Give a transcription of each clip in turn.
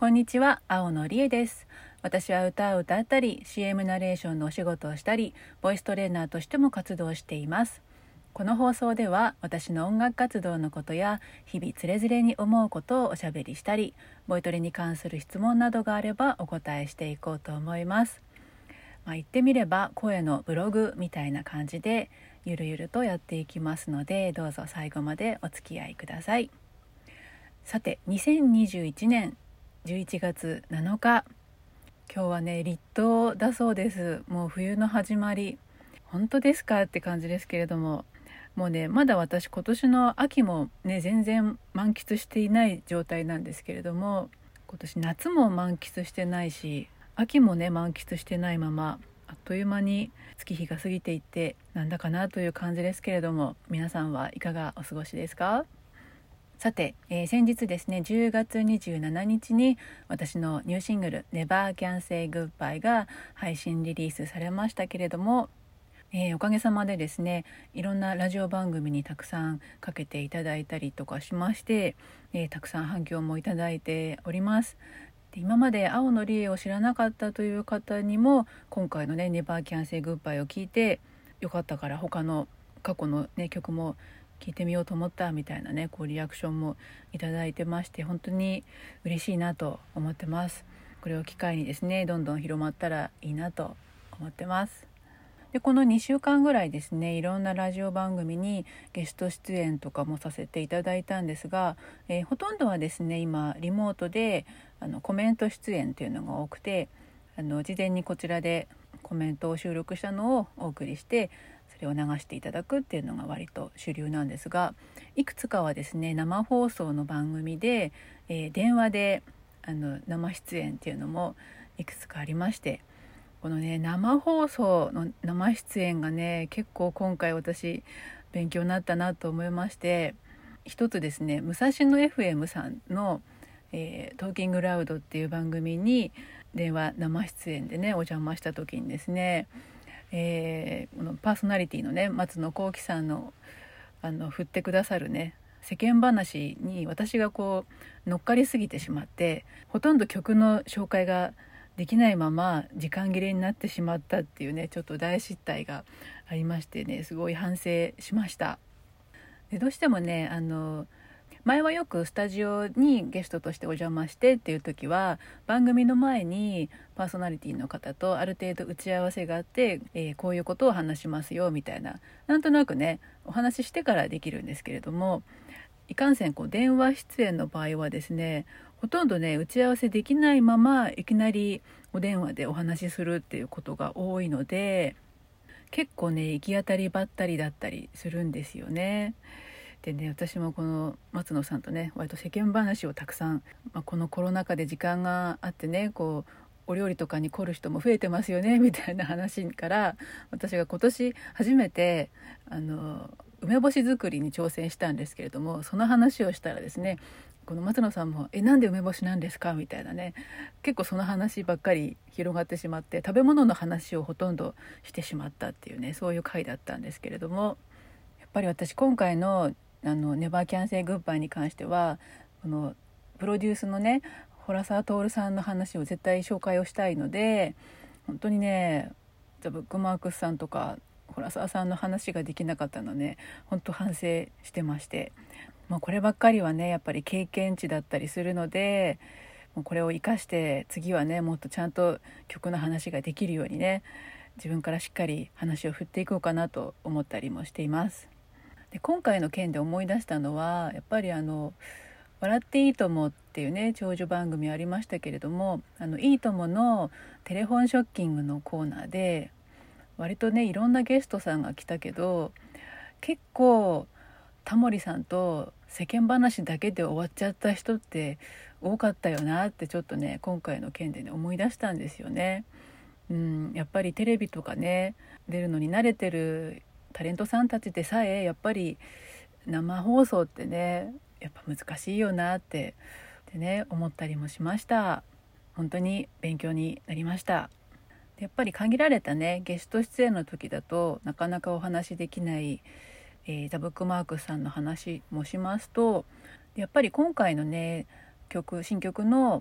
こんにちは、青野理恵です。私は歌を歌ったり CM ナレーションのお仕事をしたり、ボイストレーナーとしても活動しています。この放送では私の音楽活動のことや日々つれづれに思うことをおしゃべりしたり、ボイトレに関する質問などがあればお答えしていこうと思います。言ってみれば声のブログみたいな感じでゆるゆるとやっていきますので、どうぞ最後までお付き合いください。さて、2021年11月7日、今日はね立冬だそうです。もう冬の始まり。本当ですかって感じですけれども、もうねまだ私今年の秋もね全然満喫していない状態なんですけれども、今年夏も満喫してないし秋もね満喫してないまま、あっという間に月日が過ぎていってなんだかなという感じですけれども、皆さんはいかがお過ごしですか？さて、先日ですね10月27日に私のニューシングル Never Can Say Goodbye が配信リリースされましたけれども、おかげさまでですねいろんなラジオ番組にたくさんかけていただいたりとかしまして、たくさん反響もいただいております。で、今まで青野理恵を知らなかったという方にも今回のね Never Can Say Goodbye を聞いて、よかったから他の過去の、ね、曲も聞いてみようと思ったみたいなねリアクションもいただいてまして、本当に嬉しいなと思ってます。これを機会にですねどんどん広まったらいいなと思ってます。で、この2週間ぐらいですねいろんなラジオ番組にゲスト出演とかもさせていただいたんですが、ほとんどはですね今リモートでコメント出演っていうのが多くて、事前にこちらでコメントを収録したのをお送りしてそれを流していただくっていうのが割と主流なんですが、いくつかはですね生放送の番組で、電話で生出演っていうのもいくつかありまして、このね生放送の生出演がね結構今回私勉強になったなと思いまして、一つですね武蔵野 FM さんの、トーキングラウドっていう番組に電話生出演でねお邪魔した時にですね、このパーソナリティのね松野幸喜さんの振ってくださるね世間話に私が乗っかりすぎてしまって、ほとんど曲の紹介ができないまま時間切れになってしまったっていうねちょっと大失態がありましてね、すごい反省しました。で、どうしてもね前はよくスタジオにゲストとしてお邪魔してっていう時は番組の前にパーソナリティの方とある程度打ち合わせがあって、こういうことを話しますよみたいな、なんとなくねお話ししてからできるんですけれども、いかんせん電話出演の場合はですねほとんどね打ち合わせできないままいきなりお電話でお話しするっていうことが多いので、結構ね行き当たりばったりだったりするんですよね。でね、私もこの松野さんとね割と世間話をたくさん、このコロナ禍で時間があってねお料理とかに凝る人も増えてますよねみたいな話から、私が今年初めて梅干し作りに挑戦したんですけれども、その話をしたらですねこの松野さんもなんで梅干しなんですかみたいなね、結構その話ばっかり広がってしまって、食べ物の話をほとんどしてしまったっていうね、そういう回だったんですけれども、やっぱり私今回のネバーキャンセイグッバイに関してはこのプロデュースのね洞沢徹さんの話を絶対紹介をしたいので、本当にねザ・ブックマークスさんとか洞沢さんの話ができなかったのね本当反省してまして、もうこればっかりはねやっぱり経験値だったりするので、もうこれを生かして次はねもっとちゃんと曲の話ができるようにね自分からしっかり話を振っていこうかなと思ったりもしています。で、今回の件で思い出したのはやっぱり笑っていいともっていうね長寿番組ありましたけれども、いいとものテレフォンショッキングのコーナーで割とねいろんなゲストさんが来たけど、結構タモリさんと世間話だけで終わっちゃった人って多かったよなってちょっとね今回の件でね思い出したんですよね。やっぱりテレビとかね出るのに慣れてるタレントさんたちでさえやっぱり生放送ってねやっぱ難しいよなってね思ったりもしました。本当に勉強になりました。で、やっぱり限られたねゲスト出演の時だとなかなかお話できない、ザ・ブックマークさんの話もしますと、やっぱり今回のね新曲の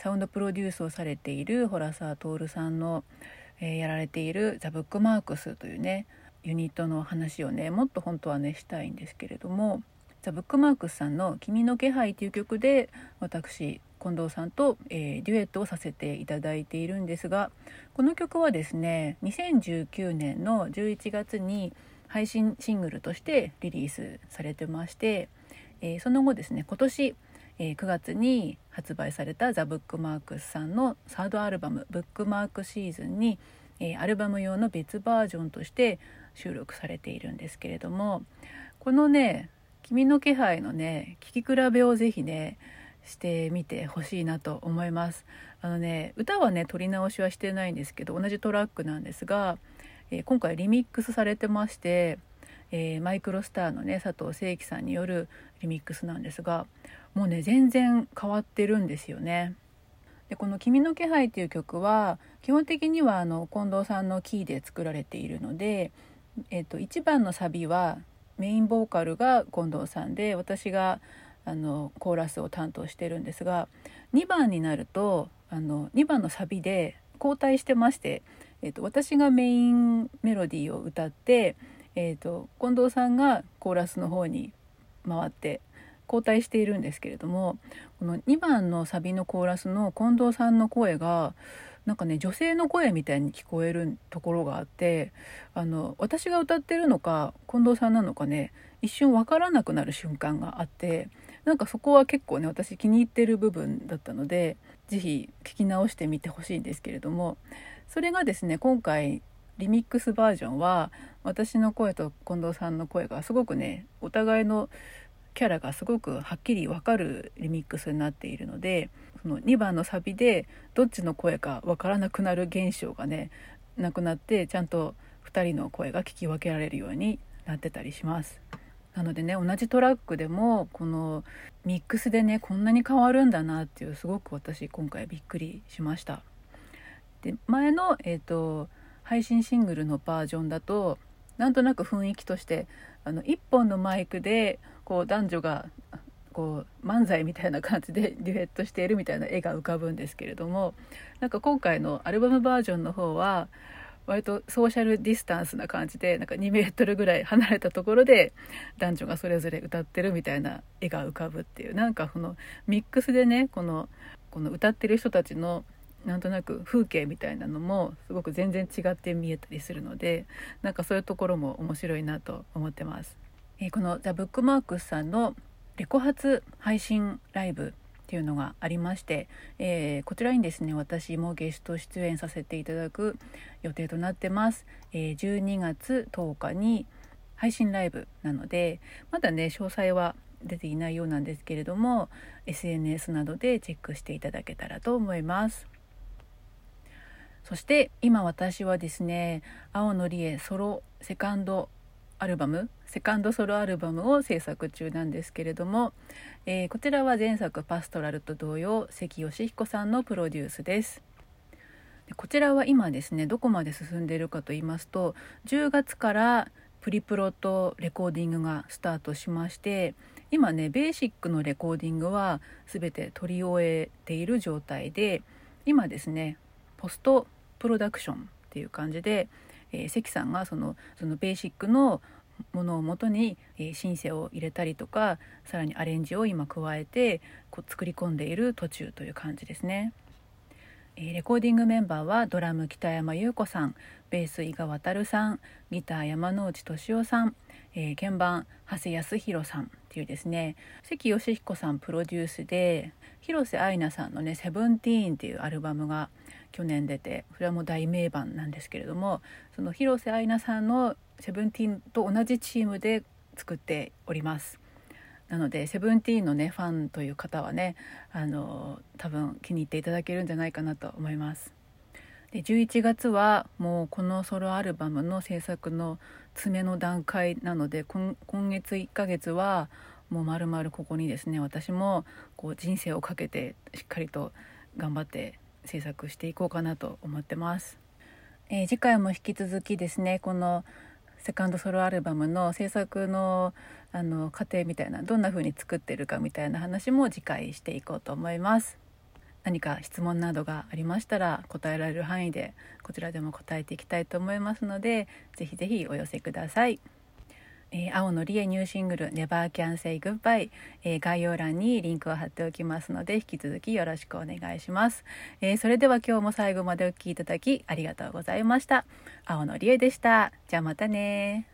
サウンドプロデュースをされている洞沢徹さんの、やられているザ・ブックマークスというねユニットの話をねもっと本当はねしたいんですけれども、ザ・ブックマークスさんの君の気配という曲で私近藤さんと、デュエットをさせていただいているんですが、この曲はですね2019年の11月に配信シングルとしてリリースされてまして、その後ですね今年、9月に発売されたザ・ブックマークスさんのサードアルバムブックマークシーズンに、アルバム用の別バージョンとして収録されているんですけれども、このね君の気配のね聴き比べをぜひねしてみてほしいなと思います。歌はね撮り直しはしてないんですけど同じトラックなんですが、今回リミックスされてまして、マイクロスターのね佐藤正樹さんによるリミックスなんですが、もうね全然変わってるんですよね。でこの君の気配という曲は基本的には近藤さんのキーで作られているので、1番のサビはメインボーカルが近藤さんで私がコーラスを担当してるんですが、2番になると2番のサビで交代してまして、私がメインメロディーを歌って、近藤さんがコーラスの方に回って交代しているんですけれども、この2番のサビのコーラスの近藤さんの声がなんかね女性の声みたいに聞こえるところがあって、私が歌ってるのか近藤さんなのかね一瞬わからなくなる瞬間があって、なんかそこは結構ね私気に入ってる部分だったのでぜひ聞き直してみてほしいんですけれども、それがですね今回リミックスバージョンは私の声と近藤さんの声がすごくねお互いのキャラがすごくはっきり分かるリミックスになっているので、その2番のサビでどっちの声か分からなくなる現象がねなくなって、ちゃんと2人の声が聞き分けられるようになってたりします。なのでね同じトラックでもこのミックスでねこんなに変わるんだなっていうすごく私今回びっくりしました。で前の、配信シングルのバージョンだとなんとなく雰囲気として一本のマイクでこう男女がこう漫才みたいな感じでデュエットしているみたいな絵が浮かぶんですけれども、なんか今回のアルバムバージョンの方は割とソーシャルディスタンスな感じでなんか2メートルぐらい離れたところで男女がそれぞれ歌ってるみたいな絵が浮かぶっていう、なんかこのミックスでねこの歌ってる人たちのなんとなく風景みたいなのもすごく全然違って見えたりするので、なんかそういうところも面白いなと思ってます。このザ・ブックマークスさんのレコ発配信ライブっていうのがありまして、こちらにですね私もゲスト出演させていただく予定となってます。12月10日に配信ライブなのでまだね詳細は出ていないようなんですけれども SNS などでチェックしていただけたらと思います。そして今私はですね青野りえソロセカンドソロアルバムを制作中なんですけれども、こちらは前作パストラルと同様関義彦さんのプロデュースです。こちらは今ですねどこまで進んでいるかと言いますと、10月からプリプロとレコーディングがスタートしまして、今ねベーシックのレコーディングは全て取り終えている状態で、今ですねポストプロダクションっていう感じで、関さんがそのベーシックのものをもとに、シンセを入れたりとかさらにアレンジを今加えて作り込んでいる途中という感じですね。レコーディングメンバーはドラム北山優子さん、ベース伊賀渉さん、ギター山之内俊夫さん、鍵盤長谷康弘さんっていうですね、関義彦さんプロデュースで広瀬アイナさんのねセブンティーンっていうアルバムが去年出て、それはもう大名盤なんですけれども、その広瀬アイナさんのセブンティーンと同じチームで作っております。なのでセブンティーンのねファンという方はね多分気に入っていただけるんじゃないかなと思います。で11月はもうこのソロアルバムの制作の詰めの段階なので、今月1ヶ月はもう丸々ここにですね私もこう人生をかけてしっかりと頑張って制作していこうかなと思ってます。次回も引き続きですねこのセカンドソロアルバムの制作の過程みたいな、どんな風に作ってるかみたいな話も次回していこうと思います。 何か質問などがありましたら答えられる範囲でこちらでも答えていきたいと思いますので、ぜひぜひお寄せください。青のりえニューシングル Never Can Say Goodbye、概要欄にリンクを貼っておきますので引き続きよろしくお願いします。それでは今日も最後までお聞きいただきありがとうございました。青のりえでした。じゃあまたね。